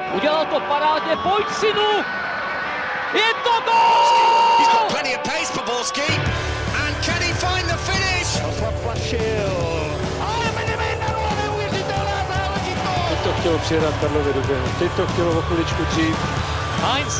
Udělal to parádně, pojď synu! Je to gól! He's got plenty of pace for Borski. And can he find the finish? Ale Medemena, neuvěřitelná záležitost! Teď to chtělo přijedat Karlově do běhu, teď to chtělo o chviličku dřív. Heinz!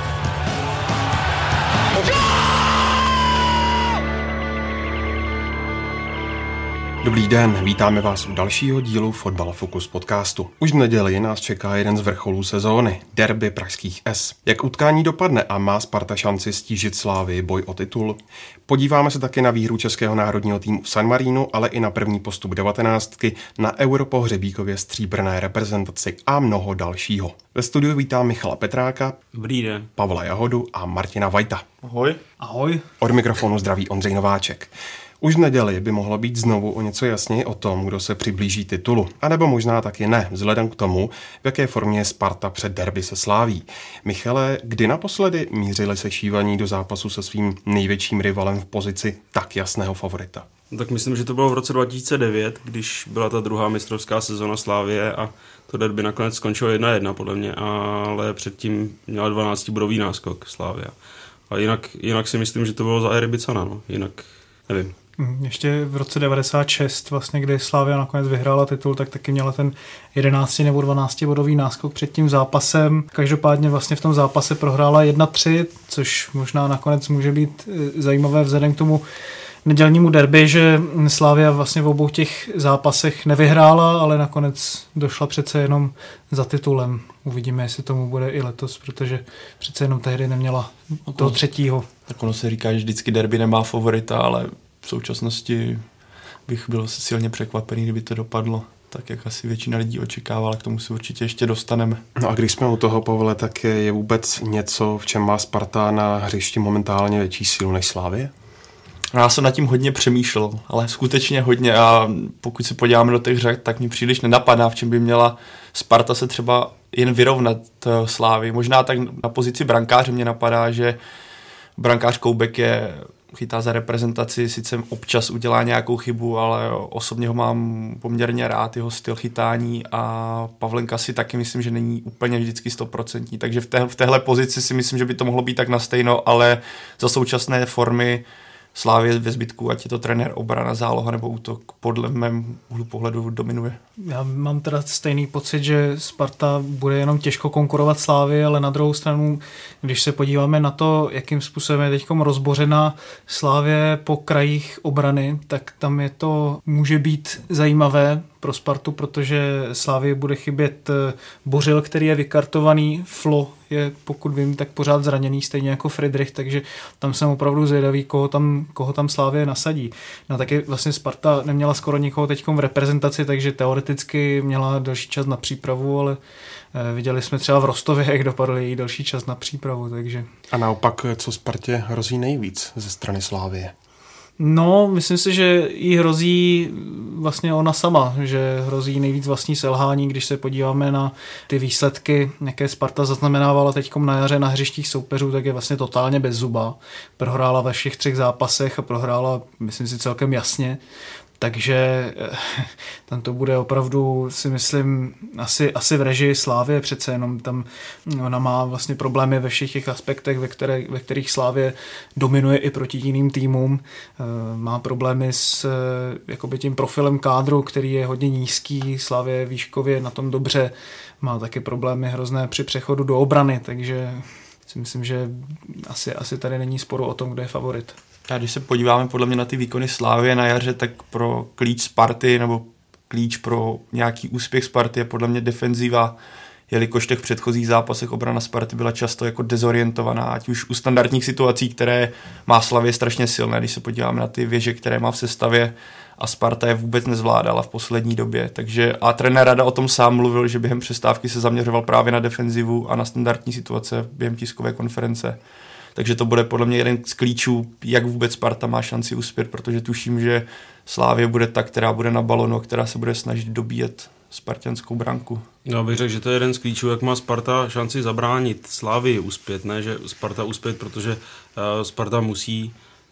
Dobrý den, vítáme vás u dalšího dílu Fotbal Focus podcastu. Už v neděli nás čeká jeden z vrcholů sezóny, derby pražských S. Jak utkání dopadne a má Sparta šanci stížit Slavii boj o titul? Podíváme se taky na výhru českého národního týmu v San Marínu, ale i na první postup 19 na Euro po hřebíkově stříbrné reprezentaci a mnoho dalšího. Ve studiu vítám Michala Petráka, Dobrý den, Pavla Jahodu a Martina Vajta. Ahoj. Ahoj. Od mikrofonu zdraví Ondřej Nováček. Už v neděli by mohlo být znovu o něco jasněji o tom, kdo se přiblíží titulu. A nebo možná taky ne, vzhledem k tomu, v jaké formě je Sparta před derby se Slaví. Michale, kdy naposledy mířili se šívaní do zápasu se svým největším rivalem v pozici tak jasného favorita? Tak myslím, že to bylo v roce 2009, když byla ta druhá mistrovská sezona Slavie a to derby nakonec skončilo 1-1 podle mě, ale předtím měla 12bodový náskok Slavia. A jinak si myslím, že to bylo za éry Bicana, no. Jinak nevím. Ještě v roce 96, vlastně, kdy Slavia nakonec vyhrála titul, tak taky měla ten 11 nebo 12bodový náskok před tím zápasem. Každopádně vlastně v tom zápase prohrála 1-3, což možná nakonec může být zajímavé vzhledem k tomu nedělnímu derby, že Slavia vlastně v obou těch zápasech nevyhrála, ale nakonec došla přece jenom za titulem. Uvidíme, jestli tomu bude i letos, protože přece jenom tehdy neměla toho třetího. Tak ono se říká, že vždycky derby nemá favorita, ale v současnosti bych byl silně překvapený, kdyby to dopadlo tak, jak asi většina lidí očekávala, k tomu se určitě ještě dostaneme. No a když jsme u toho, Pavle, tak je vůbec něco, v čem má Sparta na hřišti momentálně větší sílu než Slavie? Já jsem nad tím hodně přemýšlel, ale skutečně hodně, a pokud se podíváme do těch řad, tak mi příliš nenapadá, v čem by měla Sparta se třeba jen vyrovnat Slavii. Možná tak na pozici brankáře mě napadá, že brankář Koubek chytá za reprezentaci, sice občas udělá nějakou chybu, ale osobně ho mám poměrně rád, jeho styl chytání, a Pavlenka si taky myslím, že není úplně vždycky 100%, takže v téhle pozici si myslím, že by to mohlo být tak nastejno, ale za současné formy Slavie ve zbytku, ať je to trenér, obrana, záloha nebo útok, podle mém úhlu pohledu dominuje. Já mám teda stejný pocit, že Sparta bude jenom těžko konkurovat Slavii, ale na druhou stranu, když se podíváme na to, jakým způsobem je teďkom rozbořena Slavie po krajích obrany, tak tam je to, může být zajímavé pro Spartu, protože Slavii bude chybět Bořil, který je vykartovaný, Flo je, pokud vím, tak pořád zraněný, stejně jako Friedrich, takže tam jsem opravdu zvědavý, koho tam Slavie nasadí. No taky vlastně Sparta neměla skoro nikoho teďkom v reprezentaci, takže teoreticky měla další čas na přípravu, ale viděli jsme třeba v Rostově, jak dopadl její další čas na přípravu, takže... A naopak, co Spartě hrozí nejvíc ze strany Slavie? No, myslím si, že jí hrozí vlastně ona sama, že hrozí nejvíc vlastní selhání, když se podíváme na ty výsledky, jaké Sparta zaznamenávala teďkom na jaře na hřištích soupeřů, tak je vlastně totálně bez zuba. Prohrála ve všech 3 zápasech a prohrála, myslím si, celkem jasně. Takže tam to bude opravdu, si myslím, asi v režii Slavie, přece jenom tam ona má vlastně problémy ve všech těch aspektech, ve kterých Slavie dominuje i proti jiným týmům. Má problémy s jakoby tím profilem kádru, který je hodně nízký, Slavie výškově na tom dobře, má taky problémy hrozné při přechodu do obrany, takže si myslím, že asi tady není sporu o tom, kdo je favorit. A když se podíváme podle mě na ty výkony Slavie na jaře, tak pro klíč Sparty nebo klíč pro nějaký úspěch Sparty je podle mě defenziva, jelikož v těch předchozích zápasech obrana Sparty byla často jako dezorientovaná, ať už u standardních situací, které má Slavie strašně silné, když se podíváme na ty věže, které má v sestavě, a Sparta je vůbec nezvládala v poslední době. Takže a trenér Rada o tom sám mluvil, že během přestávky se zaměřoval právě na defenzivu a na standardní situace během tiskové konference. Takže to bude podle mě jeden z klíčů, jak vůbec Sparta má šanci uspět, protože tuším, že Slavie bude ta, která bude na balonu, která se bude snažit dobíjet spartanskou branku. Já bych řekl, že to je jeden z klíčů, jak má Sparta šanci zabránit Slavii uspět, ne že Sparta uspět, protože Sparta musí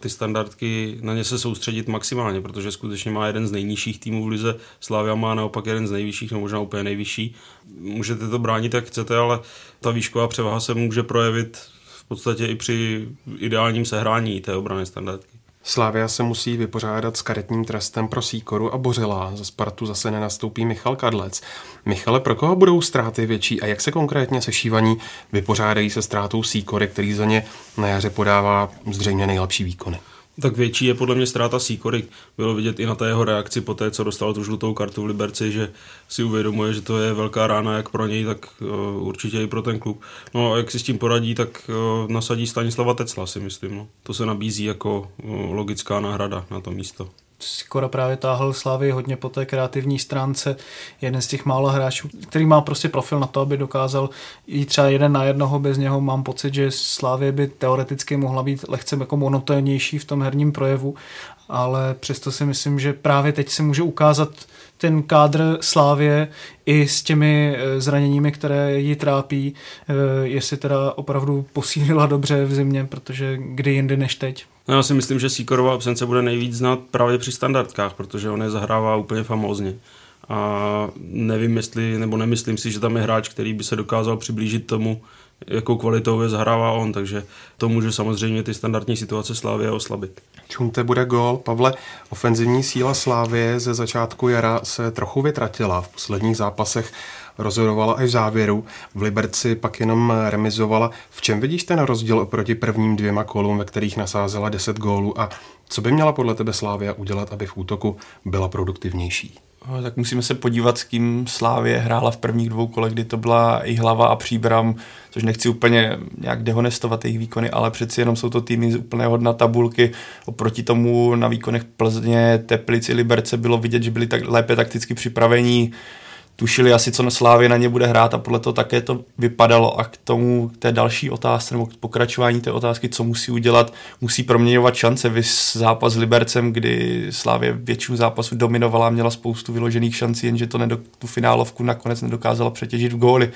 ty standardky, na ně se soustředit maximálně, protože skutečně má jeden z nejnižších týmů v lize, Slavia má naopak jeden z nejvyšších, nebo možná úplně nejvyšší. Můžete to bránit, jak chcete, ale ta výšková převaha se může projevit v podstatě i při ideálním sehrání té obranné standardky. Slavia se musí vypořádat s karetním trestem pro Sýkoru a Bořila. Za Spartu zase nenastoupí Michal Kadlec. Michale, pro koho budou ztráty větší a jak se konkrétně sešívaní vypořádají se ztrátou Sýkory, který za ně na jaře podává zřejmě nejlepší výkony? Tak větší je podle mě ztráta Sýkory. Bylo vidět i na té jeho reakci po té, co dostal tu žlutou kartu v Liberci, že si uvědomuje, že to je velká rána jak pro něj, tak určitě i pro ten klub. No a jak si s tím poradí, tak nasadí Stanislava Tecla, si myslím. No. To se nabízí jako logická náhrada na to místo. Sýkora právě táhl Slávy hodně po té kreativní stránce. Jeden z těch mála hráčů, který má prostě profil na to, aby dokázal jít třeba 1 na 1, bez něho mám pocit, že Slávě by teoreticky mohla být lehce jako monotónnější v tom herním projevu, ale přesto si myslím, že právě teď se může ukázat ten kádr Slávě i s těmi zraněními, které ji trápí, jestli teda opravdu posílila dobře v zimě, protože kdy jindy než teď. No, já si myslím, že Sýkorova absence bude nejvíc znát právě při standardkách, protože on je zahrává úplně famózně. A nevím, nebo nemyslím si, že tam je hráč, který by se dokázal přiblížit tomu, jakou kvalitou je zahrává on, takže to může samozřejmě ty standardní situace Slávie oslabit. Čunte bude gól. Pavle, ofenzivní síla Slávie ze začátku jara se trochu vytratila. V posledních zápasech rozhodovala až v závěru. V Liberci pak jenom remizovala. V čem vidíš ten rozdíl oproti prvním 2 kolům, ve kterých nasázela 10 gólů a co by měla podle tebe Slavia udělat, aby v útoku byla produktivnější? Tak musíme se podívat, s kým Slavie hrála v prvních 2 kolech, kdy to byla i Hlava a Příbram, což nechci úplně nějak dehonestovat jejich výkony, ale přeci jenom jsou to týmy z úplného dna tabulky. Oproti tomu na výkonech Plzně, Teplic i Liberce bylo vidět, že byli tak lépe takticky připravení, tušili asi, co na Slávě na ně bude hrát a podle toho také to vypadalo. A k tomu té další otázce, nebo k pokračování té otázky, co musí udělat, musí proměňovat šance. Vys zápas s Libercem, kdy Slávě většinu zápasu dominovala, měla spoustu vyložených šancí, jenže to tu finálovku nakonec nedokázala přetěžit v góly.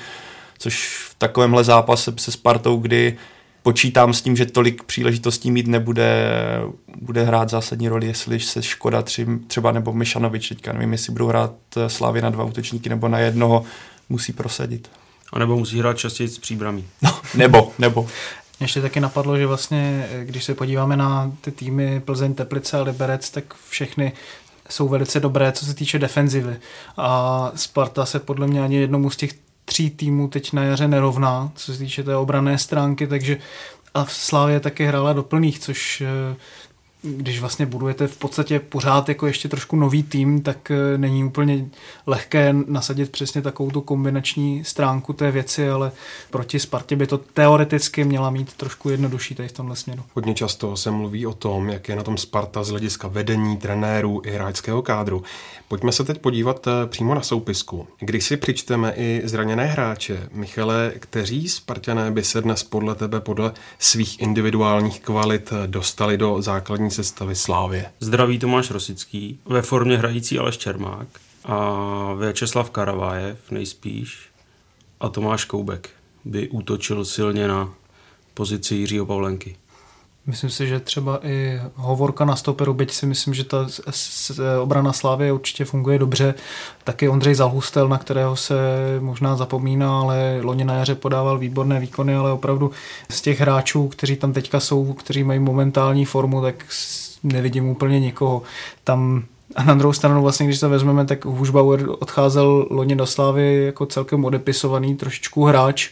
Což v takovémhle zápase se Spartou, kdy počítám s tím, že tolik příležitostí mít nebude, bude hrát zásadní roli, jestli se Škoda třeba nebo Mišanovič, teďka nevím, jestli budou hrát Slávy na 2 útočníky nebo na 1, musí prosadit. A nebo musí hrát častěji s Příbramí. No, nebo. Ještě taky napadlo, že vlastně, když se podíváme na ty týmy Plzeň, Teplice a Liberec, tak všechny jsou velice dobré, co se týče defenzivy. A Sparta se podle mě ani jednomu z těch 3 týmů teď na jaře nerovná, co se týče té obranné stránky, takže a v Slávě taky hrála do plných, což když vlastně budujete v podstatě pořád jako ještě trošku nový tým, tak není úplně lehké nasadit přesně takovou tu kombinační stránku té věci, ale proti Spartě by to teoreticky měla mít trošku jednodušší tady v tomhle směru. Hodně často se mluví o tom, jak je na tom Sparta z hlediska vedení, trenérů i hráčského kádru. Pojďme se teď podívat přímo na soupisku. Když si přičteme i zraněné hráče, Michale, kteří Spartané by se dnes podle tebe, podle svých individuálních kvalit dostali do základní sestavy Slávie? Zdravý Tomáš Rosický, ve formě hrající Aleš Čermák a Vячeslav Karavájev nejspíš a Tomáš Koubek by útočil silně na pozici Jiřího Pavlenky. Myslím si, že třeba i Hovorka na stoperu, byť si myslím, že ta obrana Slávie určitě funguje dobře. Taky Ondřej Zalhustel, na kterého se možná zapomíná, ale loni na jaře podával výborné výkony, ale opravdu z těch hráčů, kteří tam teďka jsou, kteří mají momentální formu, tak nevidím úplně nikoho. Tam a na druhou stranu vlastně, když se vezmeme, tak Hůžbauer odcházel loni do Slávy jako celkem odepisovaný trošičku hráč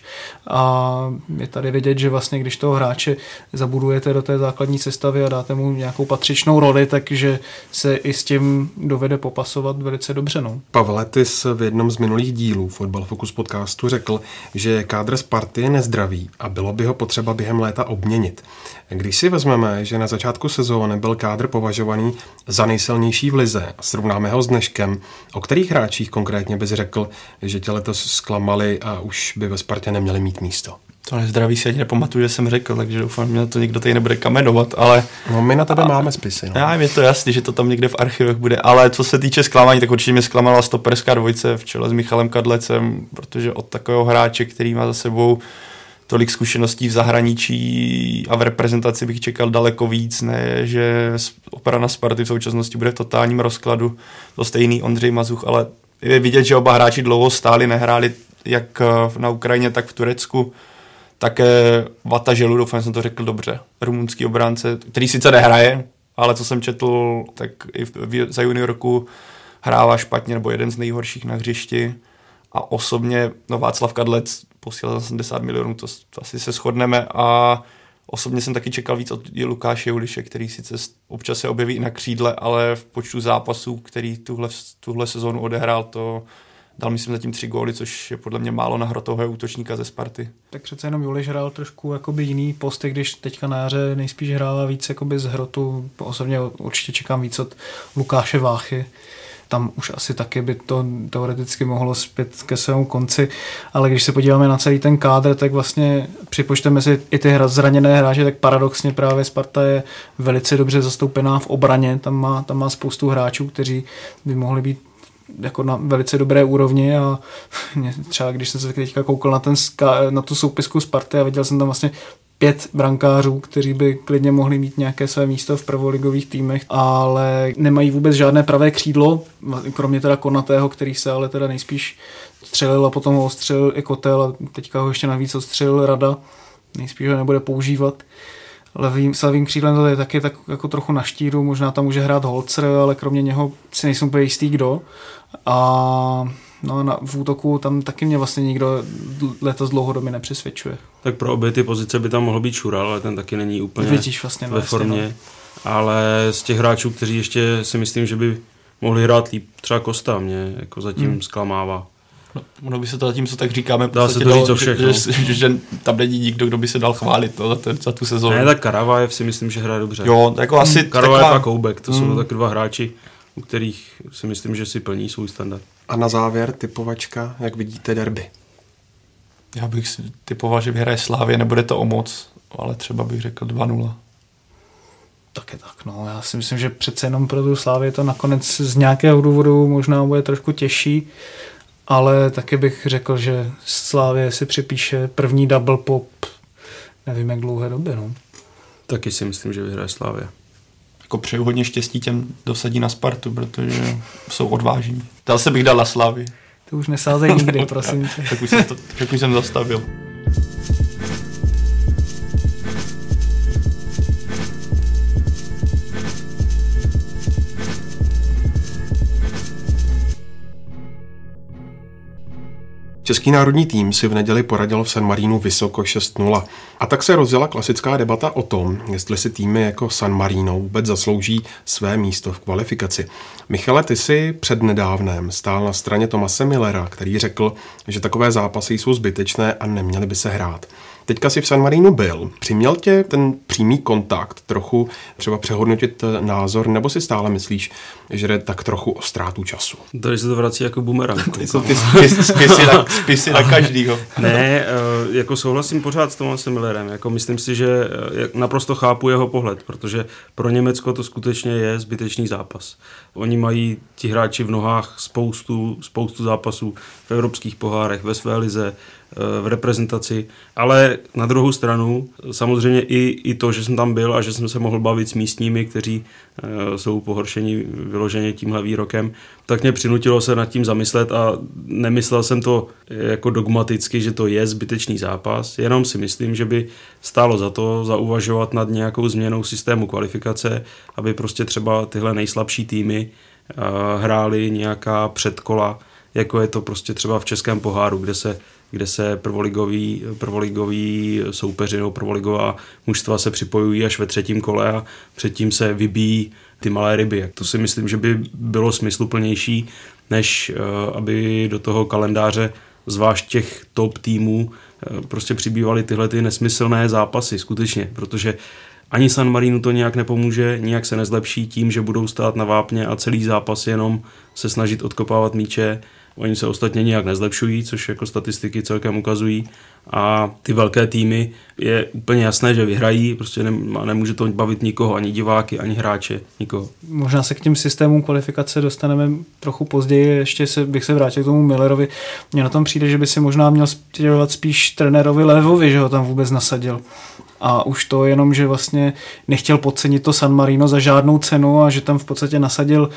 a je tady vidět, že vlastně když toho hráče zabudujete do té základní sestavy a dáte mu nějakou patřičnou roli, takže se i s tím dovede popasovat velice dobře. No. Pavle, ty jsi v jednom z minulých dílů Fotbal Focus podcastu řekl, že kádr Sparty je nezdravý a bylo by ho potřeba během léta obměnit. Když si vezmeme, že na začátku sezóny byl kádr považovaný za nejsilnější v lize a srovnáme ho s dneškem, o kterých hráčích konkrétně bys řekl, že tě letos zklamali a už by ve Spartě neměli mít místo? To nezdraví si ani nepamatuju, že jsem řekl, takže doufám, že to někdo tady nebude kamenovat, ale... No my na tebe máme spisy. No. Já je to jasný, že to tam někde v archivech bude, ale co se týče zklamání, tak určitě mě zklamala stoperská dvojice v čele s Michalem Kadlecem, protože od takového hráče, který má za sebou tolik zkušeností v zahraničí a v reprezentaci bych čekal daleko víc, ne, že obrana Sparty v současnosti bude v totálním rozkladu. To stejný Ondřej Mazuch, ale je vidět, že oba hráči dlouho stáli, nehráli jak na Ukrajině, tak v Turecku. Také Vata Želu, doufám, jsem to řekl dobře, rumunský obránce, který sice nehraje, ale co jsem četl, tak i za juniorku hrává špatně, nebo jeden z nejhorších na hřišti. A osobně Václav Kadlec posílal 70 milionů, to asi se shodneme. A osobně jsem taky čekal víc od Lukáše Juliše, který sice občas se objeví i na křídle, ale v počtu zápasů, který tuhle sezónu odehrál, to dal myslím zatím 3 góly, což je podle mě málo na hrotového útočníka ze Sparty. Tak přece jenom Juliš hrál trošku jakoby jiný posty, když teďka na jaře nejspíš hrává víc jakoby z hrotu. Osobně určitě čekám víc od Lukáše Váchy. Tam už asi taky by to teoreticky mohlo zpět ke svému konci, ale když se podíváme na celý ten kádr, tak vlastně připočteme si i ty zraněné hráče, tak paradoxně právě Sparta je velice dobře zastoupená v obraně, tam má spoustu hráčů, kteří by mohli být jako na velice dobré úrovni a třeba když jsem se teďka koukal na tu soupisku Sparty a viděl jsem tam vlastně 5 brankářů, kteří by klidně mohli mít nějaké své místo v prvoligových týmech, ale nemají vůbec žádné pravé křídlo, kromě teda Konatého, který se ale teda nejspíš střelil a potom ho ostřelil i Kotel a teďka ho ještě navíc ostřelil Rada, nejspíš ho nebude používat. S levým křídlem to je taky tak jako trochu na štíru, možná tam může hrát Holzer, ale kromě něho si nejsem úplně jistý kdo. A v útoku tam taky mě vlastně nikdo letos dlouhodobě nepřesvědčuje. Tak pro obě ty pozice by tam mohl být Šural, ale ten taky není úplně vlastně ve formě. Ale z těch hráčů, kteří ještě si myslím, že by mohli hrát líp, třeba Kosta mě jako zatím zklamává. No, ono by se to zatím, co tak říkáme, dá se to říct o všechno. Že tam není nikdo, kdo by se dal chválit za tu sezónu. Ne, tak Karavajev si myslím, že hraje dobře. Jo, jako asi Karavajev a Koubek, to jsou taky 2 hráči, u kterých si myslím, že si plní svůj standard. A na závěr typovačka, jak vidíte derby? Já bych si typoval, že vyhraje Slavie, nebude to o moc, ale třeba bych řekl 2-0. Tak je tak, no. Já si myslím, že přece jenom pro tu Slavii to nakonec z nějakého důvodu možná bude trošku těžší, ale taky bych řekl, že Slavie si připíše první double po nevím jak dlouhé době, no. Taky si myslím, že vyhraje Slavie. Jako přeju hodně štěstí těm dosadí na Spartu, protože jsou odvážní. Zase bych dal na Slavii. To už nesázej nikdy, prosím tě. Tak už jsem zastavil. Český národní tým si v neděli poradil v San Marínu vysoko 6-0. A tak se rozjela klasická debata o tom, jestli si týmy jako San Marino vůbec zaslouží své místo v kvalifikaci. Michale, ty si přednedávnem stál na straně Thomase Millera, který řekl, že takové zápasy jsou zbytečné a neměly by se hrát. Teďka si v San Marínu byl. Přiměl tě ten přímý kontakt trochu třeba přehodnotit názor, nebo si stále myslíš, že jde tak trochu o ztrátu času? Tady se to vrací jako bumerang. Jsou ty spisy na každýho. Ne, jako souhlasím pořád s Thomasem Millerem. Jako myslím si, že naprosto chápu jeho pohled, protože pro Německo to skutečně je zbytečný zápas. Oni mají ti hráči v nohách spoustu zápasů v evropských pohárech, ve své lize, v reprezentaci, ale na druhou stranu samozřejmě i to, že jsem tam byl a že jsem se mohl bavit s místními, kteří jsou pohoršeni vyloženě tímhle výrokem, tak mě přinutilo se nad tím zamyslet a nemyslel jsem to jako dogmaticky, že to je zbytečný zápas, jenom si myslím, že by stálo za to zauvažovat nad nějakou změnou systému kvalifikace, aby prostě třeba tyhle nejslabší týmy hrály nějaká předkola, jako je to prostě třeba v Českém poháru, kde se prvoligoví soupeři nebo prvoligová mužstva se připojují až ve 3. kole a předtím se vybíjí ty malé ryby. To si myslím, že by bylo smysluplnější, než aby do toho kalendáře zvlášť těch top týmů prostě přibývaly tyhle ty nesmyslné zápasy skutečně, protože ani San Marinu to nějak nepomůže, nijak se nezlepší tím, že budou stát na vápně a celý zápas jenom se snažit odkopávat míče Oni se ostatně nijak nezlepšují, což jako statistiky celkem ukazují. A ty velké týmy je úplně jasné, že vyhrají, prostě nemůže to bavit nikoho, ani diváky, ani hráče, nikoho. Možná se k těm systémům kvalifikace dostaneme trochu později, ještě bych se vrátil k tomu Millerovi. Mně na tom přijde, že by si možná měl stěžovat spíš trenérovi Levovi, že ho tam vůbec nasadil. A už to jenom, že vlastně nechtěl podcenit to San Marino za žádnou cenu a že tam v podstatě nasadil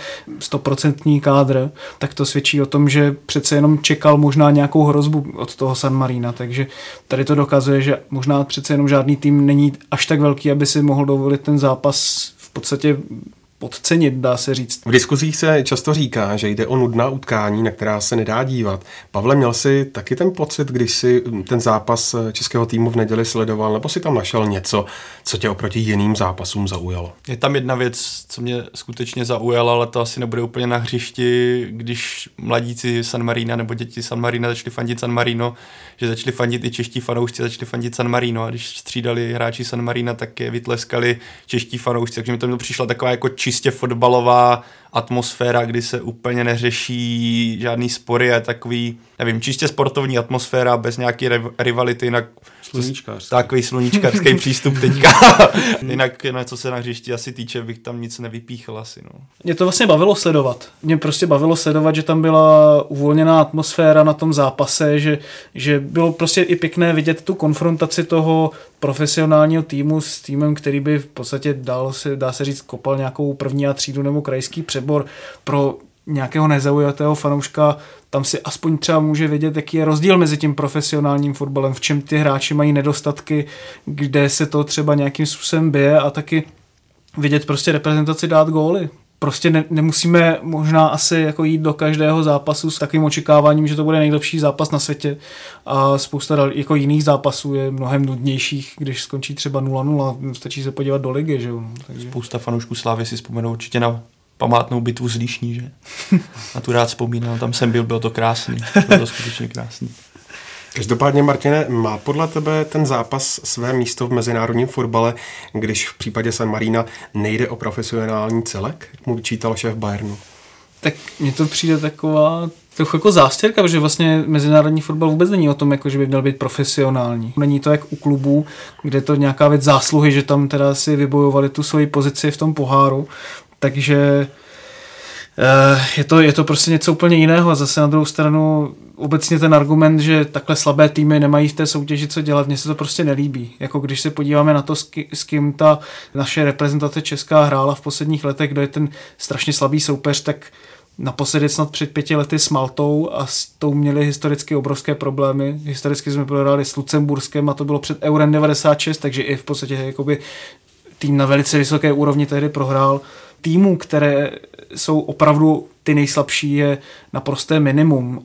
100% kádr, tak to svědčí o tom, že přece jenom čekal možná nějakou hrozbu od toho San Marina, takže tady to dokazuje, že možná přece jenom žádný tým není až tak velký, aby si mohl dovolit ten zápas v podstatě podcenit, dá se říct. V diskuzích se často říká, že jde o nudná utkání, na která se nedá dívat. Pavle, měl jsi taky ten pocit, když si ten zápas českého týmu v neděli sledoval, nebo si tam našel něco, co tě oproti jiným zápasům zaujalo? Je tam jedna věc, co mě skutečně zaujala, ale to asi nebude úplně na hřišti, když mladíci San Marina nebo děti San Marina začali fandit San Marino, že začali fandit i čeští fanoušci, začali fandit San Marino a když střídali hráči San Marina, tak je vytleskali čeští fanoušci, takže mi to přišla taková jako čistě fotbalová atmosféra, kdy se úplně neřeší žádný spory, je takový, nevím, čistě sportovní atmosféra, bez nějaký rivality, jinak takový sluníčkářský přístup teďka. Jinak, co se na hřišti asi týče, bych tam nic nevypíchl asi. No. Mě to vlastně bavilo sledovat. Mě prostě bavilo sledovat, že tam byla uvolněná atmosféra na tom zápase, že bylo prostě i pěkné vidět tu konfrontaci toho profesionálního týmu s týmem, který by v podstatě dá se říct, kopal nějakou první a třídu nebo krajský přebor pro nějakého nezaujatého fanouška. Tam si aspoň třeba může vědět, jaký je rozdíl mezi tím profesionálním fotbalem, v čem ty hráči mají nedostatky, kde se to třeba nějakým způsobem bije a taky vidět prostě reprezentaci dát góly. Prostě nemusíme možná asi jako jít do každého zápasu s takovým očekáváním, že to bude nejlepší zápas na světě a spousta jako jiných zápasů je mnohem nudnějších, když skončí třeba 0-0, stačí se podívat do ligy, že jo. Takže... Spousta fanoušků Slávy si vzpomenou určitě na památnou bitvu z Líšní, že? Na tu rád vzpomínal, tam jsem bylo to krásný, bylo to skutečně krásný. Každopádně, Martine, má podle tebe ten zápas své místo v mezinárodním fotbale, když v případě San Marina nejde o profesionální celek, jak mu vyčítal šéf Bayernu? Tak mně to přijde taková trochu jako zástěrka, protože vlastně mezinárodní fotbal vůbec není o tom, jako, že by měl být profesionální. Není to jak u klubů, kde je to nějaká věc zásluhy, že tam teda si vybojovali tu svoji pozici v tom poháru, takže je to prostě něco úplně jiného a zase na druhou stranu obecně ten argument, že takhle slabé týmy nemají v té soutěži co dělat, mně se to prostě nelíbí. Jako když se podíváme na to, s kým ta naše reprezentace česká hrála v posledních letech, kdo je ten strašně slabý soupeř, tak naposledy snad před 5 lety s Maltou a s tou měli historicky obrovské problémy. Historicky jsme prohráli s Lucemburskem a to bylo před Eurem 96, takže i v podstatě jakoby tým na velice vysoké úrovni tehdy prohrál. Týmů, které jsou opravdu ty nejslabší, je naprosté minimum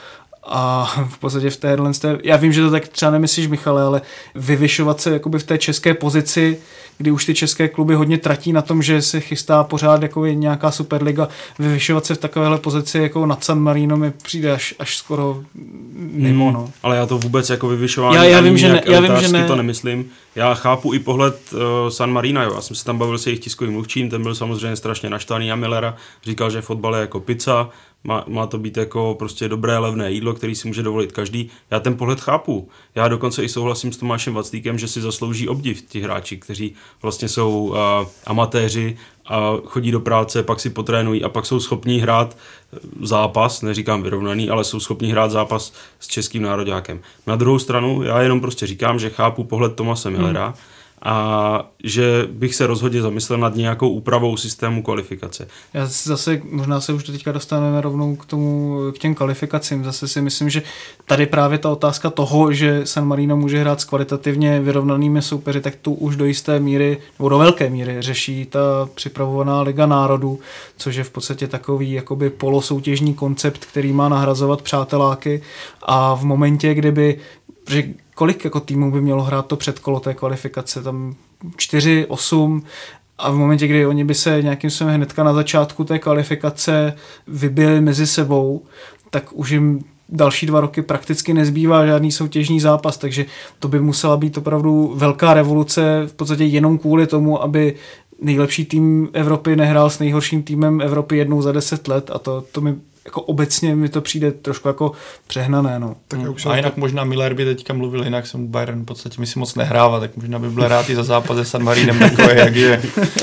a v podstatě v téhle, já vím, že to tak třeba nemyslíš, Michale, ale vyvyšovat se jakoby v té české pozici, kdy už ty české kluby hodně tratí na tom, že se chystá pořád jako nějaká Superliga, vyvyšovat se v takovéhle pozici jako nad San Marino mi přijde až skoro mimo. No. Ale já to vůbec jako vyvyšování já vím, že ne. To nemyslím. Já chápu i pohled San Marina, jo. Já jsem se tam bavil se jejich tiskovým mluvčím, ten byl samozřejmě strašně naštvaný na Millera, říkal, že fotbal je jako pizza, má to být jako prostě dobré, levné jídlo, který si může dovolit každý. Já ten pohled chápu. Já dokonce i souhlasím s Tomášem Vaclíkem, že si zaslouží obdiv ti hráči, kteří vlastně jsou amatéři a chodí do práce, pak si potrénují a pak jsou schopní hrát zápas, neříkám vyrovnaný, ale jsou schopní hrát zápas s českým nároďákem. Na druhou stranu, já jenom prostě říkám, že chápu pohled Thomase Millera, a že bych se rozhodně zamyslel nad nějakou úpravou systému kvalifikace. Já zase, možná se už teďka dostaneme rovnou k těm kvalifikacím. Zase si myslím, že tady právě ta otázka toho, že San Marino může hrát s kvalitativně vyrovnanými soupeři, tak tu už do jisté míry, nebo do velké míry řeší ta připravovaná Liga národů, což je v podstatě takový jakoby polosoutěžní koncept, který má nahrazovat přáteláky a v momentě, kdyby kolik jako týmů by mělo hrát to předkolo té kvalifikace, tam 4, 8 a v momentě, kdy oni by se nějakým způsobem hnedka na začátku té kvalifikace vybili mezi sebou, tak už jim další 2 roky prakticky nezbývá žádný soutěžní zápas, takže to by musela být opravdu velká revoluce v podstatě jenom kvůli tomu, aby nejlepší tým Evropy nehrál s nejhorším týmem Evropy jednou za 10 let a to mi jako obecně mi to přijde trošku jako přehnané. No. A jinak možná Miller by teďka mluvil, jinak jsem Bayern v podstatě mi si moc nehrává, tak možná by byl rád i za zápas se San Marinem takové, jak je.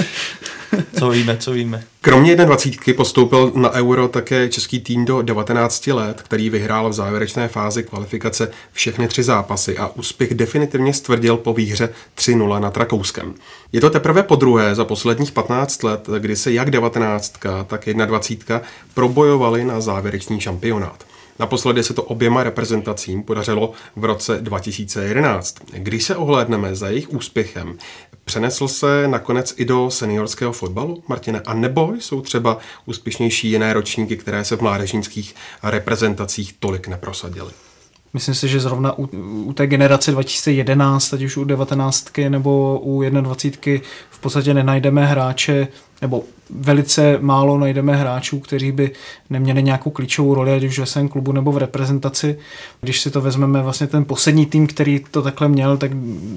Co víme. Kromě 21 postoupil na Euro také český tým do 19 let, který vyhrál v závěrečné fázi kvalifikace všechny 3 zápasy a úspěch definitivně stvrdil po výhře 3-0 nad Rakouskem. Je to teprve podruhé za posledních 15 let, kdy se jak 19, tak 21 probojovali na závěrečný šampionát. Naposledy se to oběma reprezentacím podařilo v roce 2011. Když se ohlédneme za jejich úspěchem, přenesl se nakonec i do seniorského fotbalu, Martine? A nebo jsou třeba úspěšnější jiné ročníky, které se v mládežnických reprezentacích tolik neprosadily? Myslím si, že zrovna u té generace 2011, ať už u 19 nebo u 21 v podstatě nenajdeme hráče, nebo velice málo najdeme hráčů, kteří by neměli nějakou klíčovou roli, ať už ve svém klubu nebo v reprezentaci. Když si to vezmeme vlastně ten poslední tým, který to takhle měl, tak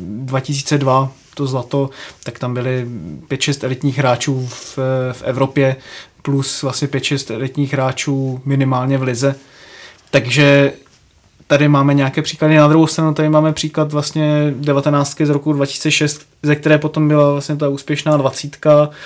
2002 to zlato, tak tam byly 5-6 elitních hráčů v Evropě, plus vlastně 5-6 elitních hráčů minimálně v lize. Takže tady máme nějaké příklady. Na druhou stranu tady máme příklad vlastně 19 z roku 2006, ze které potom byla vlastně ta úspěšná 20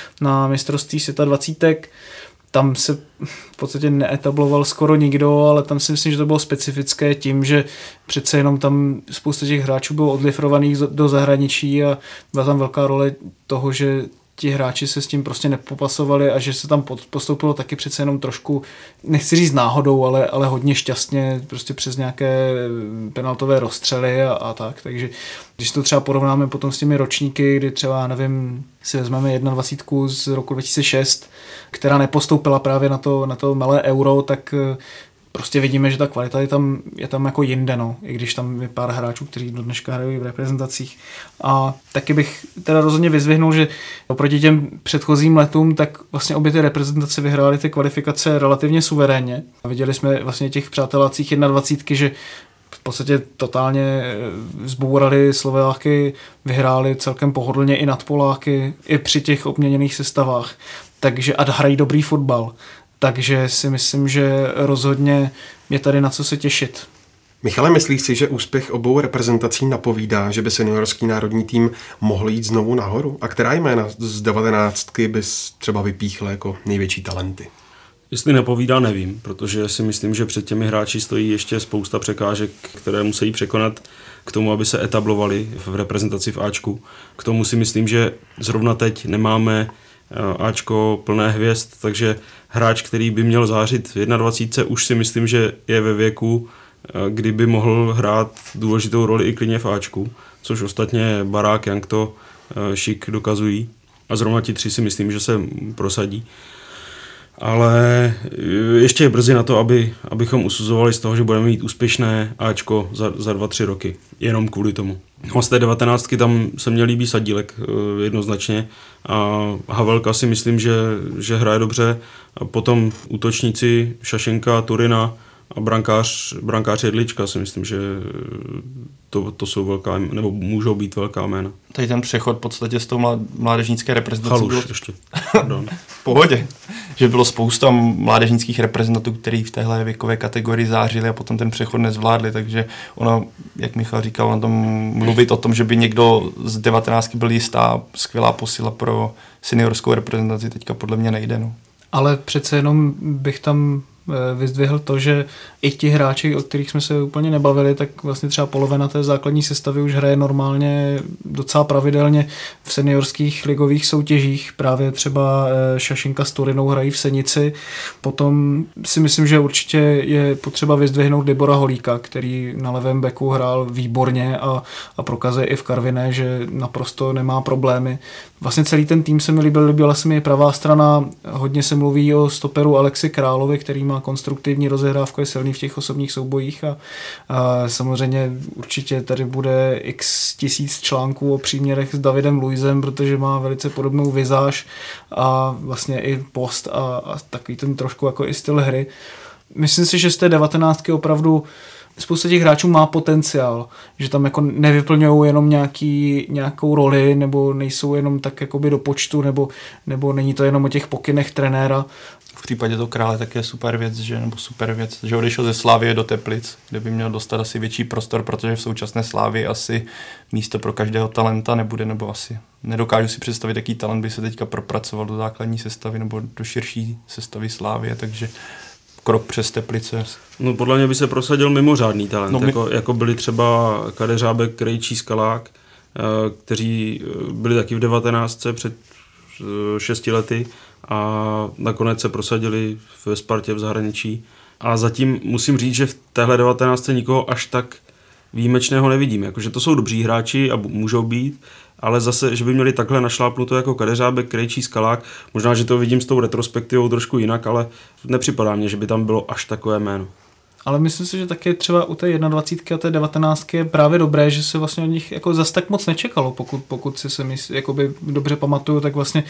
na mistrovství světa 20. Tam se v podstatě neetabloval skoro nikdo, ale tam si myslím, že to bylo specifické tím, že přece jenom tam spousta těch hráčů bylo odlifrovaných do zahraničí a byla tam velká role toho, že ti hráči se s tím prostě nepopasovali a že se tam postoupilo taky přece jenom trošku, nechci říct náhodou, ale hodně šťastně prostě přes nějaké penaltové rozstřely a tak. Takže když to třeba porovnáme potom s těmi ročníky, kdy třeba, nevím, si vezmeme 21 z roku 2006, která nepostoupila právě na to malé Euro, tak prostě vidíme, že ta kvalita je tam jako jinde, no, i když tam je pár hráčů, kteří do dneška hrají v reprezentacích. A taky bych teda rozhodně vyzvihnul, že oproti těm předchozím letům, tak vlastně obě ty reprezentace vyhrály ty kvalifikace relativně suverénně. A viděli jsme vlastně těch přátelácích 21, že v podstatě totálně zbourali Slováky, vyhráli celkem pohodlně i nad Poláky, i při těch obměněných sestavách. Takže a hrají dobrý fotbal. Takže si myslím, že rozhodně je tady na co se těšit. Michale, myslíš si, že úspěch obou reprezentací napovídá, že by seniorský národní tým mohl jít znovu nahoru? A která jména z 19 bys třeba vypíchl jako největší talenty? Jestli napovídá, nevím, protože si myslím, že před těmi hráči stojí ještě spousta překážek, které musí překonat k tomu, aby se etablovali v reprezentaci v Ačku. K tomu si myslím, že zrovna teď nemáme Ačko plné hvězd, takže hráč, který by měl zářit v 21, už si myslím, že je ve věku, kdyby mohl hrát důležitou roli i klidně v Ačku, což ostatně Barák, Jankto, Šik dokazují. A zrovna ti 3 si myslím, že se prosadí. Ale ještě je brzy na to, abychom usuzovali z toho, že budeme mít úspěšné Ačko za 2-3 roky. Jenom kvůli tomu. No z té 19 tam se mně líbí Sadílek jednoznačně a Havelka si myslím, že hraje dobře. A potom útočníci Šašenka, Turina a brankář Jedlička si myslím, že to jsou velká, nebo můžou být velká jména. Tady ten přechod v podstatě z toho mládežnické reprezentace Chaluš bylo... ještě. Pardon. V pohodě. Že bylo spousta mládežnických reprezentantů, kteří v téhle věkové kategorii zářili a potom ten přechod nezvládli, takže ono, jak Michal říkal, on tam mluvit o tom, že by někdo z 19 byl jistá skvělá posila pro seniorskou reprezentaci, teďka podle mě nejde. No. Ale přece jenom bych tam vyzdvihl to, že i ti hráči, o kterých jsme se úplně nebavili, tak vlastně třeba polovina té základní sestavy už hraje normálně docela pravidelně v seniorských ligových soutěžích. Právě třeba Šašinka s Turinou hrají v Senici. Potom si myslím, že určitě je potřeba vyzdvihnout Libora Holíka, který na levém beku hrál výborně a prokazuje i v Karviné, že naprosto nemá problémy. Vlastně celý ten tým se mi líbila se mi pravá strana, hodně se mluví o stoperu Alexi Královi, který má konstruktivní rozehrávku, je silný v těch osobních soubojích a samozřejmě určitě tady bude x tisíc článků o příměrech s Davidem Luizem, protože má velice podobnou vizáž a vlastně i post a takový ten trošku jako i styl hry. Myslím si, že z té 19 opravdu spousta těch hráčů má potenciál, že tam jako nevyplňují jenom nějakou roli, nebo nejsou jenom tak jakoby do počtu, nebo není to jenom o těch pokynech trenéra. V případě toho Krále tak je super věc, že odešel ze Slavie do Teplic, kde by měl dostat asi větší prostor, protože v současné Slavii asi místo pro každého talenta nebude, nebo asi nedokážu si představit, jaký talent by se teďka propracoval do základní sestavy nebo do širší sestavy Slavie, takže krok přes Teplice. No podle mě by se prosadil mimořádný talent, jako byli třeba Kadeřábek, Krejčí, Skalák, kteří byli taky v 19 před 6 lety a nakonec se prosadili ve Spartě v zahraničí. A zatím musím říct, že v téhle 19 nikoho až tak výjimečného nevidím. Jakože to jsou dobří hráči a můžou být, ale zase, že by měli takhle našlápnuto jako Kadeřábek, Krejčí, Skalák, možná, že to vidím s tou retrospektivou trošku jinak, ale nepřipadá mně, že by tam bylo až takové jméno. Ale myslím si, že taky třeba u té 21 a té 19 je právě dobré, že se vlastně od nich jako zas tak moc nečekalo, pokud si se jakoby dobře pamatuju, tak vlastně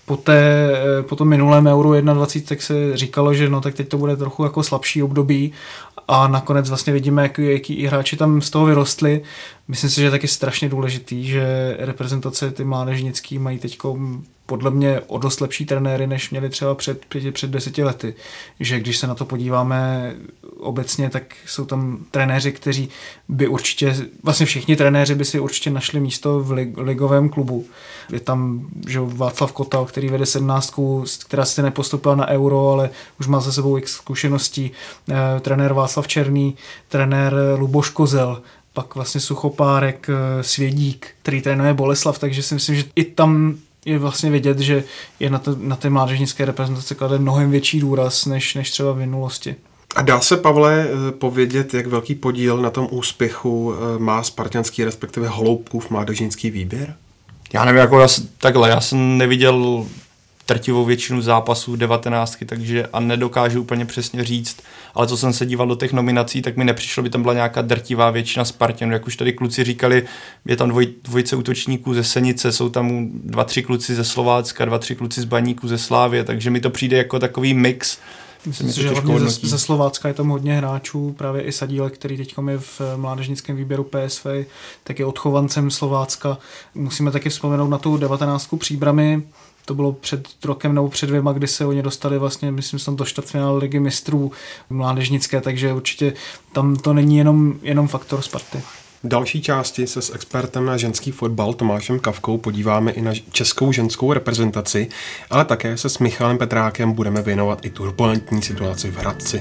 po tom minulém Euro 21 tak se říkalo, že no tak teď to bude trochu jako slabší období a nakonec vlastně vidíme, jaký hráči tam z toho vyrostli. Myslím si, že je taky strašně důležitý, že reprezentace ty mládežnický mají teďko podle mě o dost lepší trenéry, než měli třeba před 10 lety. Že když se na to podíváme obecně, tak jsou tam trenéři, kteří by určitě, vlastně všichni trenéři by si určitě našli místo v ligovém klubu. Je tam že Václav Kotal, který vede 17, která se nepostoupila na Euro, ale už má za sebou x zkušeností. Trenér Václav Černý, trenér Luboš Kozel, pak vlastně Suchopárek, Svědík, který trénuje Boleslav, takže si myslím, že i tam je vlastně vidět, že je na té mládežnické reprezentaci klade mnohem větší důraz, než třeba v minulosti. A dá se, Pavle, povědět, jak velký podíl na tom úspěchu má spartanský, respektive Holoubkův mládežnický výběr? Já nevím, já jsem neviděl drtivou většinu zápasů 19, takže a nedokážu úplně přesně říct, ale co jsem se díval do těch nominací, tak mi nepřišlo, by tam byla nějaká drtivá většina Spartanů. Jak už tady kluci říkali, je tam dvojice útočníků ze Senice, jsou tam 2-3 kluci ze Slovácka, 2-3 kluci z Baníku, ze Slávie, takže mi to přijde jako takový mix. Myslím si, že hlavně ze Slovácka je tam hodně hráčů, právě i Sadílek, který teď je v mládežnickém výběru PSV, tak je odchovancem Slovácka. Musíme taky vzpomenout na tu 19 Příbrami. To bylo před rokem nebo před 2, kdy se oni dostali vlastně, myslím, že tam do čtvrtfinále Ligy mistrů mládežnické, takže určitě tam to není jenom faktor Sparty. V další části se s expertem na ženský fotbal Tomášem Kavkou podíváme i na českou ženskou reprezentaci, ale také se s Michalem Petrákem budeme věnovat i turbulentní situaci v Hradci.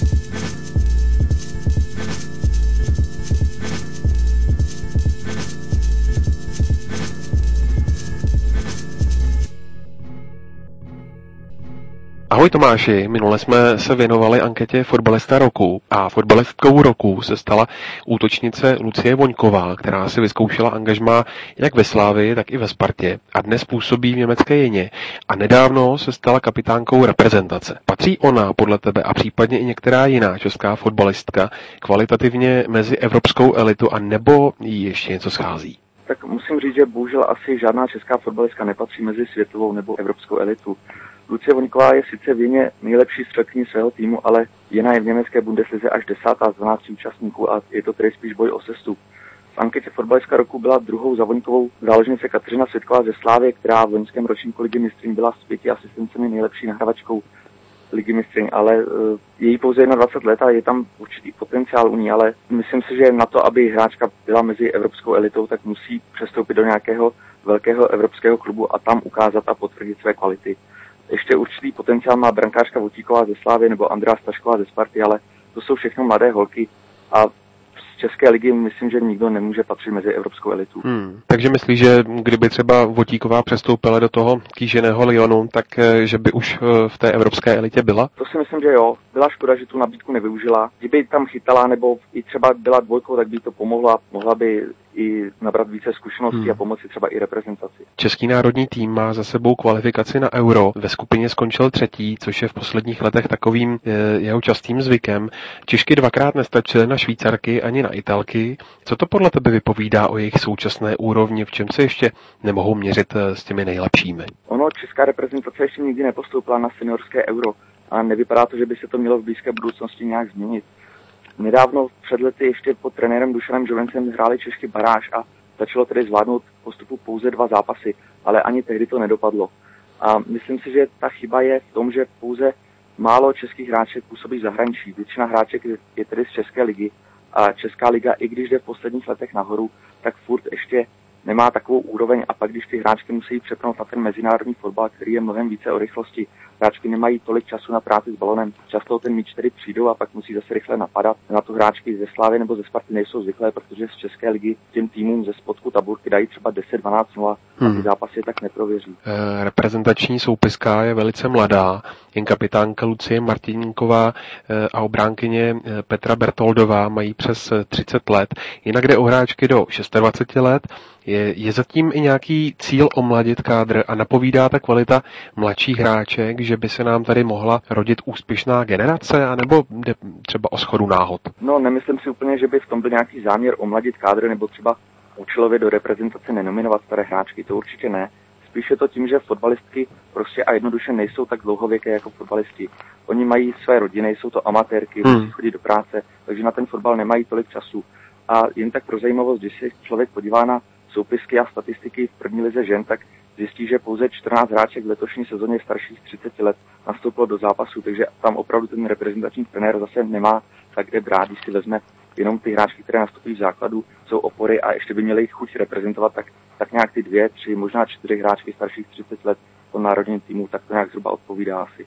Ahoj Tomáši, minule jsme se věnovali anketě fotbalista roku a fotbalistkou roku se stala útočnice Lucie Voňková, která si vyzkoušela angažmá jak ve Slávii, tak i ve Spartě a dnes působí v německé Jeně a nedávno se stala kapitánkou reprezentace. Patří ona podle tebe a případně i některá jiná česká fotbalistka kvalitativně mezi evropskou elitu a nebo jí ještě něco schází? Tak musím říct, že bohužel asi žádná česká fotbalistka nepatří mezi světovou nebo evropskou elitu. Lucie Voňková je sice v Jeně nejlepší střelkyní svého týmu, ale Jena je v německé Bundeslize až 10. z 12 účastníků a je to tedy spíš boj o sestup. V anketě fotbalistka roku byla druhou za Voňkovou záložnice Kateřina Světková ze Slávie, která v loňském ročníku Ligy mistryň byla s 5 asistencemi nejlepší nahrávačkou Ligy mistryň, ale její pouze 21 let a je tam určitý potenciál u ní, ale myslím si, že na to, aby hráčka byla mezi evropskou elitou, tak musí přestoupit do nějakého velkého evropského klubu a tam ukázat a potvrdit své kvality. Ještě určitý potenciál má brankářka Votíková ze Slávy nebo Andrea Stašková ze Sparty, ale to jsou všechno mladé holky a z České ligy myslím, že nikdo nemůže patřit mezi evropskou elitu. Takže myslíš, že kdyby třeba Votíková přestoupila do toho kýženého Lyonu, tak že by už v té evropské elitě byla? To si myslím, že jo. Byla škoda, že tu nabídku nevyužila. Kdyby tam chytala nebo i třeba byla dvojkou, tak by to pomohla. Mohla by i nabrat více zkušeností a pomoci třeba i reprezentaci. Český národní tým má za sebou kvalifikaci na Euro. Ve skupině skončil 3., což je v posledních letech takovým jeho častým zvykem. Češky 2krát nestačily na Švýcarky ani na Italky. Co to podle tebe vypovídá o jejich současné úrovni, v čem se ještě nemohou měřit s těmi nejlepšími? Česká reprezentace ještě nikdy nepostoupila na seniorské Euro a nevypadá to, že by se to mělo v blízké budoucnosti nějak změnit. Nedávno před lety ještě pod trenérem Dušanem Jovencem hráli Češky baráž a začalo tedy zvládnout postupu pouze 2 zápasy, ale ani tehdy to nedopadlo. A myslím si, že ta chyba je v tom, že pouze málo českých hráček působí v zahraničí. Většina hráček je tedy z České ligy a Česká liga, i když jde v posledních letech nahoru, tak furt ještě nemá takovou úroveň a pak, když ty hráčky musí přepnout na ten mezinárodní fotbal, který je mnohem více o rychlosti. Hráčky nemají tolik času na práci s balonem, často ten míč tedy přijdou a pak musí zase rychle napadat. Na to hráčky ze Slávy nebo ze Sparty nejsou zvyklé, protože z České ligy těm týmům ze spodku tabulky dají třeba 10-12-0 a ty zápasy tak neprověří. Reprezentační soupiska je velice mladá, jen kapitánka Lucie Martinínková a obránkyně Petra Bertoldová mají přes 30 let. Jinak jde o hráčky do 26 let. Je zatím i nějaký cíl omladit kádr a napovídá ta kvalita mladších hráček, že by se nám tady mohla rodit úspěšná generace, anebo jde třeba o shodu náhod? No, nemyslím si úplně, že by v tom byl nějaký záměr omladit kádr nebo třeba účelově do reprezentace nenominovat staré hráčky, to určitě ne. Spíše to tím, že fotbalistky prostě a jednoduše nejsou tak dlouhověké jako fotbalisti. Oni mají své rodiny, jsou to amatérky, musí chodit do práce, takže na ten fotbal nemají tolik času. A jen tak pro zajímavost, když se člověk podívá na soupisky a statistiky v první lize žen, tak zjistí, že pouze 14 hráček v letošní sezóně starších 30 let nastoupilo do zápasu, takže tam opravdu ten reprezentační trenér zase nemá tak kde brát, když si vezme jenom ty hráčky, které nastupují v základu, jsou opory a ještě by měly chuť reprezentovat, tak nějak ty 2, 3, možná 4 hráčky starších 30 let v tom národním týmu, tak to nějak zhruba odpovídá asi.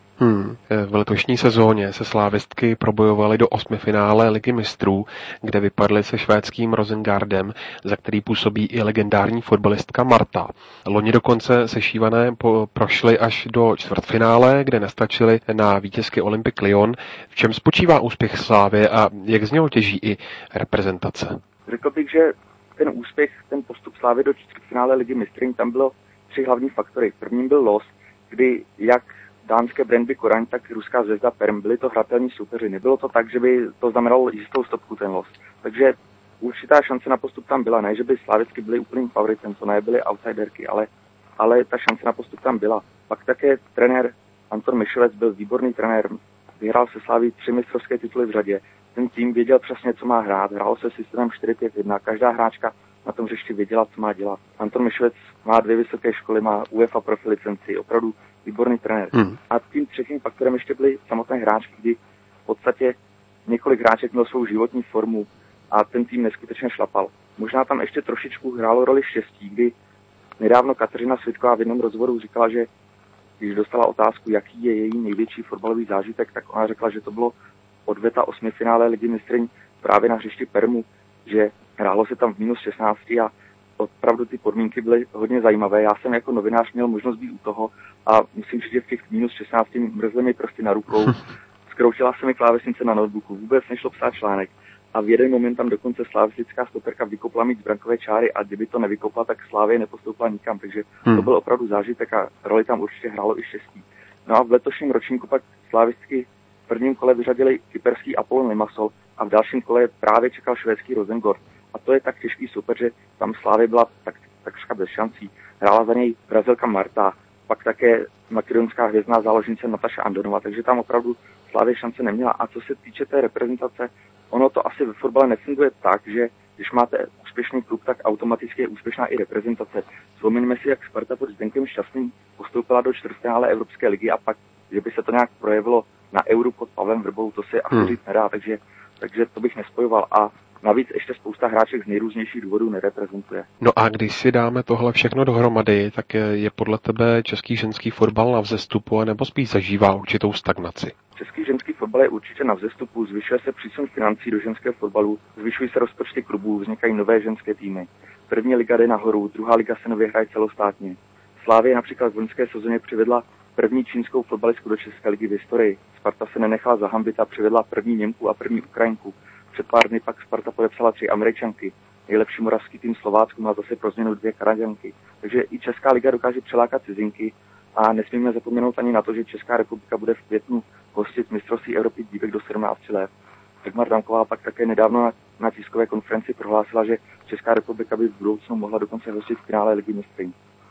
V letošní sezóně se slávistky probojovaly do 8. finále Ligy mistrů, kde vypadly se švédským Rosengardem, za který působí i legendární fotbalistka Marta. Loni dokonce sešívané prošly až do čtvrtfinále, kde nestačily na vítězky Olympique Lyon. V čem spočívá úspěch Slávy a jak z něho těží i reprezentace? Řekl bych, že ten úspěch, ten postup Slávy do čtvrtfinále Ligy mistrů, tam bylo 3 hlavní faktory. Prvním byl los, kdy jak dánské Brøndby Koraň, tak ruská Zvezda Perm byli to hratelní soupeři. Nebylo to tak, že by to znamenalo jistou stopku ten los. Takže určitá šance na postup tam byla. Ne, že by slávicky byli úplným favoritem, to nebyly outsiderky, ale ta šance na postup tam byla. Pak také trenér Anton Myšovec byl výborný trenér. Vyhrál se Slaví 3 mistrovské tituly v řadě. Ten tým věděl přesně, co má hrát. Hrálo se systémem 4-5-1. Každá hráčka na tom hřišti věděla, co má dělat. Anton Myšovec má 2 vysoké školy, má UEFA profi licenci, opravdu výborný trenér. A tím třetím faktorem ještě byly samotné hráčky, kdy v podstatě několik hráček měl svou životní formu a ten tým neskutečně šlapal. Možná tam ještě trošičku hrálo roli štěstí, kdy nedávno Kateřina Svitková v jednom rozhovoru říkala, že když dostala otázku, jaký je její největší fotbalový zážitek, tak ona řekla, že to bylo odveta 8. finále Ligy mistrů právě na hřišti Permu, že hrálo se tam v -16 a opravdu ty podmínky byly hodně zajímavé. Já jsem jako novinář měl možnost být u toho a musím říct, že v těch -16 mrzly mi prostě na rukou. Zkroušila se mi klávesnice na notebooku, vůbec nešlo psát článek. A v jeden moment tam dokonce slavistická stoperka vykopla míč z brankové čáry a kdyby to nevykopla, tak Slávie nepostoupila nikam. Takže to byl opravdu zážitek a roli tam určitě hrálo i štěstí. No a v letošním ročníku pak slavisticky v prvním kole vyřadili kyperský Apollon Limassol a v dalším kole právě čekal švédský Rosengard. A to je tak těžký super, že tam Slávie byla takřka bez šancí. Hrála za něj Brazilka Marta, pak také makedonská hvězdná záložnice Nataša Andonova, takže tam opravdu Slávie šance neměla. A co se týče té reprezentace, ono to asi ve fotbale nefunguje tak, že když máte úspěšný klub, tak automaticky je úspěšná i reprezentace. Vzpomeňme si, jak Sparta pod Zdenkem Šťastným postoupila do čtvrtfinále Evropské ligy a pak, že by se to nějak projevilo na Euru pod Pavlem Vrbou, to se asi říct nedá, takže to bych nespojoval. A navíc ještě spousta hráček z nejrůznějších důvodů nereprezentuje. No a když si dáme tohle všechno dohromady, tak je podle tebe český ženský fotbal na vzestupu, nebo spíš zažívá určitou stagnaci? Český ženský fotbal je určitě na vzestupu, zvyšuje se přísun financí do ženského fotbalu, zvyšují se rozpočty klubů, vznikají nové ženské týmy. První liga jde nahoru, druhá liga se nově hraje celostátně. Slavie například v loňské sezóně přivedla první čínskou fotbalistku do České ligy v historii. Sparta se nenechala zahambit a přivedla první Němku a první Ukrajinku. Před pár dny pak Sparta podepsala 3 Američanky. Nejlepší moravský tým Slovácku má zase pro změnu 2 Kanaďanky. Takže i Česká liga dokáže přilákat cizinky a nesmíme zapomenout ani na to, že Česká republika bude v květnu hostit mistrovství Evropy dívek do 17 let. Dagmar Danková pak také nedávno na tiskové konferenci prohlásila, že Česká republika by v budoucnu mohla dokonce hostit v finále Ligy mistrů.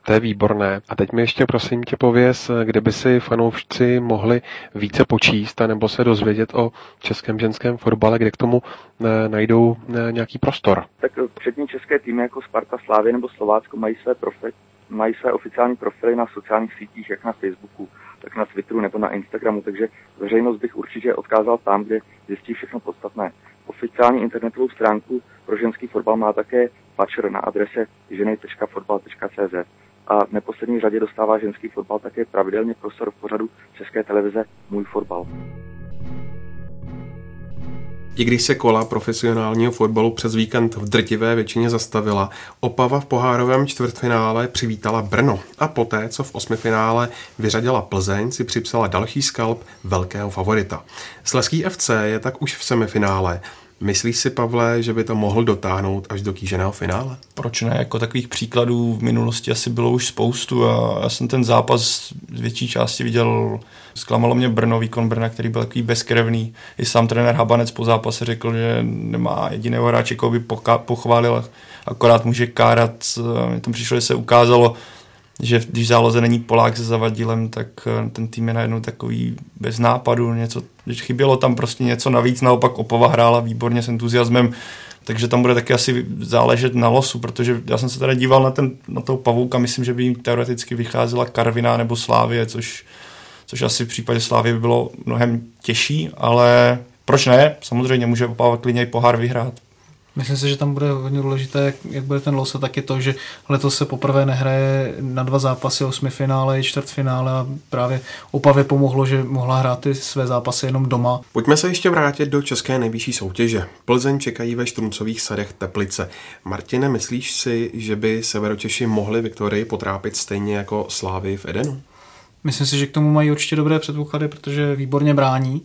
To je výborné. A teď mi ještě prosím tě pověz, kde by si fanoušci mohli více počíst nebo se dozvědět o českém ženském fotbale, kde k tomu najdou nějaký prostor. Tak přední české týmy jako Sparta, Slavie nebo Slovácko mají své oficiální profily na sociálních sítích, jak na Facebooku, tak na Twitteru nebo na Instagramu, takže veřejnost bych určitě odkázal tam, kde zjistí všechno podstatné. Oficiální internetovou stránku pro ženský fotbal má také Patcher na adrese ženy.fotbal.cz a v neposlední řadě dostává ženský fotbal také pravidelně prostor v pořadu České televize Můj fotbal. I když se kola profesionálního fotbalu přes víkend v drtivé většině zastavila, Opava v pohárovém čtvrtfinále přivítala Brno a poté, co v osmifinále vyřadila Plzeň, si připsala další skalp velkého favorita. Slezský FC je tak už v semifinále. Myslíš si, Pavle, že by to mohl dotáhnout až do kýženého finále? Proč ne? Jako takových příkladů v minulosti asi bylo už spoustu a já jsem ten zápas z větší části viděl. Zklamalo mě Brno, výkon Brna, který byl takový bezkrevný. I sám trenér Habanec po zápase řekl, že nemá jediného hráče, koho by pochválil, akorát může kárat. Mně tam přišlo, že se ukázalo, že když v záloze není Polák se Zavadilem, tak ten tým je najednou takový bez nápadu, chybělo tam prostě něco navíc, naopak Opava hrála výborně s entuziasmem, takže tam bude taky asi záležet na losu, protože já jsem se teda díval na toho Pavouka, myslím, že by jim teoreticky vycházela Karviná nebo Slávie, což asi v případě Slávie by bylo mnohem těžší, ale proč ne? Samozřejmě může Opava klidně i pohár vyhrát. Myslím si, že tam bude hodně důležité, jak bude ten los, a taky to, že letos se poprvé nehraje na 2 zápasy, osmifinále i čtvrtfinále a právě Opavě pomohlo, že mohla hrát ty své zápasy jenom doma. Pojďme se ještě vrátit do české nejvyšší soutěže. Plzeň čekají ve Štruncových sadech Teplice. Martine, myslíš si, že by Severočeši mohli Viktorii potrápit stejně jako Slávii v Edenu? Myslím si, že k tomu mají určitě dobré předpoklady, protože výborně brání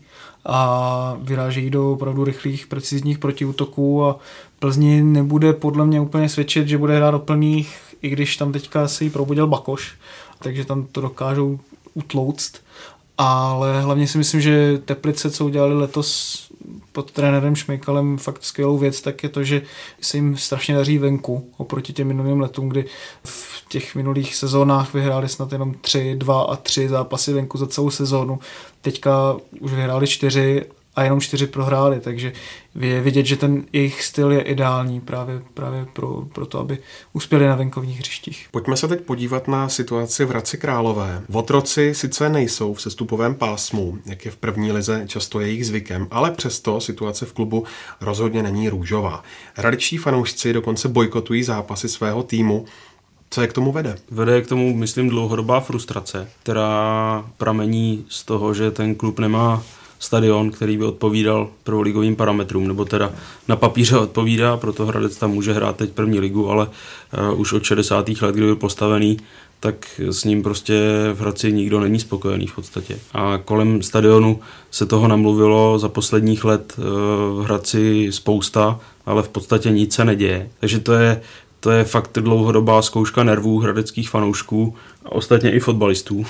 a vyrážejí do opravdu rychlých, precizních protiútoků a Plzni nebude podle mě úplně svědčit, že bude hrát do plných, i když tam teďka si probudil Bakoš, takže tam to dokážou utlouct. Ale hlavně si myslím, že Teplice, co udělali letos pod trenérem Šmejkalem, fakt skvělou věc, tak je to, že se jim strašně daří venku oproti těm minulým letům, kdy v těch minulých sezónách vyhráli snad jenom 3, 2 a 3 zápasy venku za celou sezónu. Teďka už vyhráli 4 a jenom 4 prohráli, takže je vidět, že ten jejich styl je ideální právě pro to, aby uspěli na venkovních hřištích. Pojďme se teď podívat na situaci v Hradci Králové. Otroci sice nejsou v sestupovém pásmu, jak je v první lize často jejich zvykem, ale přesto situace v klubu rozhodně není růžová. Hradečtí fanoušci dokonce bojkotují zápasy svého týmu. Co je k tomu vede? Vede k tomu, myslím, dlouhodobá frustrace, která pramení z toho, že ten klub nemá stadion, který by odpovídal prvoligovým parametrům, nebo teda na papíře odpovídá, proto Hradec tam může hrát teď první ligu, ale už od 60. let, kdy byl postavený, tak s ním prostě v Hradci nikdo není spokojený v podstatě. A kolem stadionu se toho namluvilo za posledních let v Hradci spousta, ale v podstatě nic se neděje. Takže to je fakt dlouhodobá zkouška nervů hradeckých fanoušků a ostatně i fotbalistů.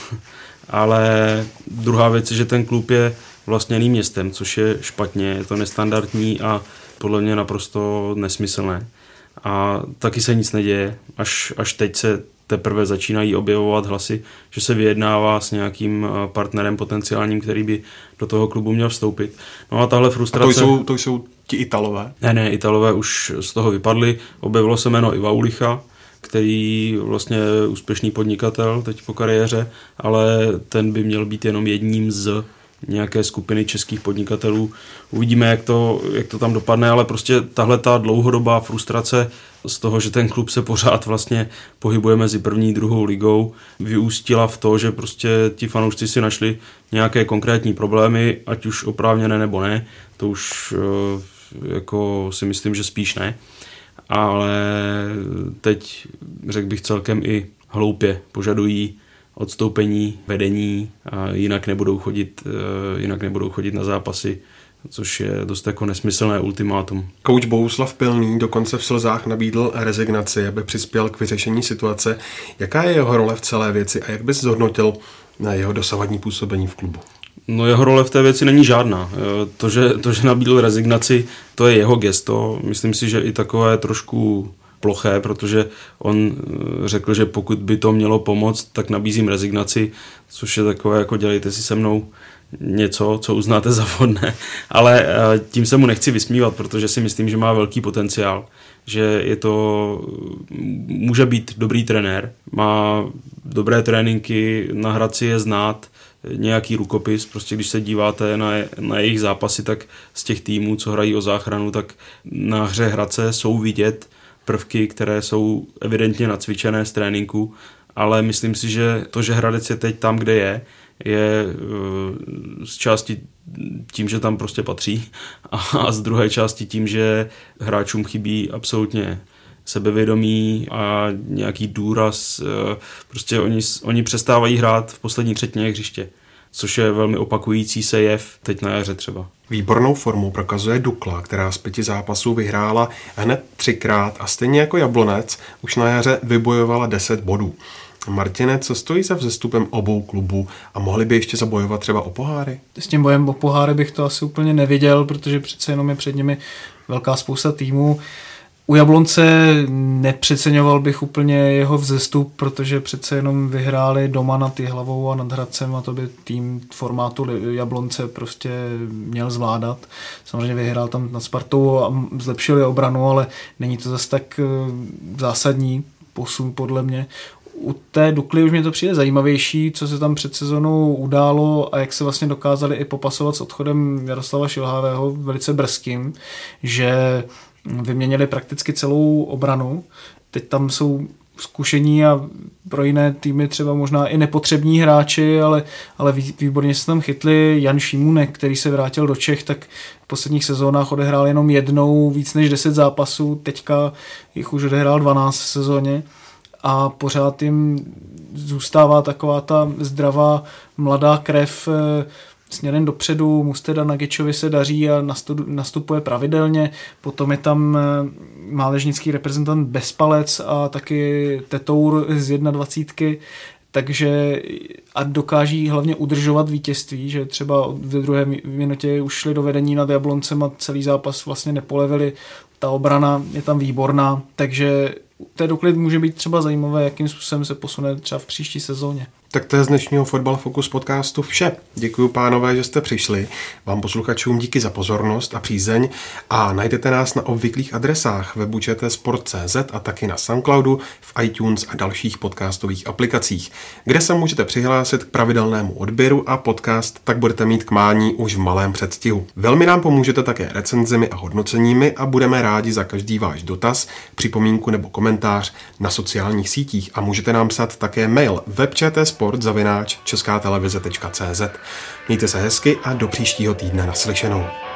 Ale druhá věc je, že ten klub je vlastněným městem, což je špatně, je to nestandardní a podle mě naprosto nesmyslné. A taky se nic neděje, až teď se teprve začínají objevovat hlasy, že se vyjednává s nějakým partnerem potenciálním, který by do toho klubu měl vstoupit. No a tahle frustrace... A to jsou ti Italové? Ne, Italové už z toho vypadli. Objevilo se jméno Iva Ulicha, který vlastně je úspěšný podnikatel teď po kariéře, ale ten by měl být jenom jedním z nějaké skupiny českých podnikatelů. Uvidíme, jak to tam dopadne, ale prostě tahle ta dlouhodobá frustrace z toho, že ten klub se pořád vlastně pohybuje mezi první a druhou ligou, vyústila v to, že prostě ti fanoušci si našli nějaké konkrétní problémy, ať už oprávněné nebo ne, to už jako si myslím, že spíš ne. Ale teď, řekl bych celkem i hloupě, požadují odstoupení vedení a jinak nebudou chodit na zápasy, což je dost jako nesmyslné ultimátum. Kouč Bohuslav Pilný dokonce v slzách nabídl rezignaci, aby přispěl k vyřešení situace. Jaká je jeho role v celé věci a jak bys zhodnotil na jeho dosavadní působení v klubu? No jeho role v té věci není žádná. To, že nabídl rezignaci, to je jeho gesto. Myslím si, že i takové trošku ploché, protože on řekl, že pokud by to mělo pomoct, tak nabízím rezignaci, což je takové jako dělejte si se mnou něco, co uznáte za vhodné. Ale tím se mu nechci vysmívat, protože si myslím, že má velký potenciál, že může být dobrý trenér, má dobré tréninky, na Hradci je znát, nějaký rukopis, prostě když se díváte na jejich zápasy, tak z těch týmů, co hrají o záchranu, tak na hře Hradce jsou vidět prvky, které jsou evidentně nacvičené z tréninku, ale myslím si, že to, že Hradec je teď tam, kde je z části tím, že tam prostě patří a z druhé části tím, že hráčům chybí absolutně sebevědomí a nějaký důraz. Prostě oni přestávají hrát v poslední třetině hřiště, což je velmi opakující se jev teď na jaře třeba. Výbornou formu prokazuje Dukla, která z 5 zápasů vyhrála hned 3krát a stejně jako Jablonec už na jaře vybojovala 10 bodů. Martine, co stojí za vzestupem obou klubů a mohli by ještě zabojovat třeba o poháry? S tím bojem o poháry bych to asi úplně neviděl, protože přece jenom je před nimi velká spousta týmů. U Jablonce nepřeceňoval bych úplně jeho vzestup, protože přece jenom vyhráli doma nad Jihlavou a nad Hradcem a to by tým formátu Jablonce prostě měl zvládat. Samozřejmě vyhrál tam nad Spartou a zlepšili obranu, ale není to zase tak zásadní posun podle mě. U té Dukly už mě to přijde zajímavější, co se tam před sezónou událo a jak se vlastně dokázali i popasovat s odchodem Jaroslava Šilhavého velice brzkým, že vyměnili prakticky celou obranu. Teď tam jsou zkušení a pro jiné týmy třeba možná i nepotřební hráči, ale výborně se tam chytli. Jan Šimůnek, který se vrátil do Čech, tak v posledních sezónách odehrál jenom jednou víc než 10 zápasů, teďka jich už odehrál 12 v sezóně a pořád jim zůstává taková ta zdravá mladá krev směrem dopředu. Musteda Nagičovi se daří a nastupuje pravidelně. Potom je tam mládežnický reprezentant Bezpalec a taky Tetour z 21. Takže a dokáží hlavně udržovat vítězství, že třeba ve druhé minutě už šli do vedení nad Jabloncem a celý zápas vlastně nepolevili. Ta obrana je tam výborná, takže té Dukly může být třeba zajímavé, jakým způsobem se posune třeba v příští sezóně. Tak to je z dnešního Fotbal Focus podcastu vše. Děkuji pánové, že jste přišli. Vám posluchačům díky za pozornost a přízeň a najdete nás na obvyklých adresách webu čtsport.cz a taky na Soundcloudu, v iTunes a dalších podcastových aplikacích, kde se můžete přihlásit k pravidelnému odběru a podcast tak budete mít k mání už v malém předstihu. Velmi nám pomůžete také recenzemi a hodnoceními a budeme rádi za každý váš dotaz, připomínku nebo komentář na sociálních sítích a můžete nám psát také mail webčtsport@českatelevize.cz. Mějte se hezky a do příštího týdne naslyšenou.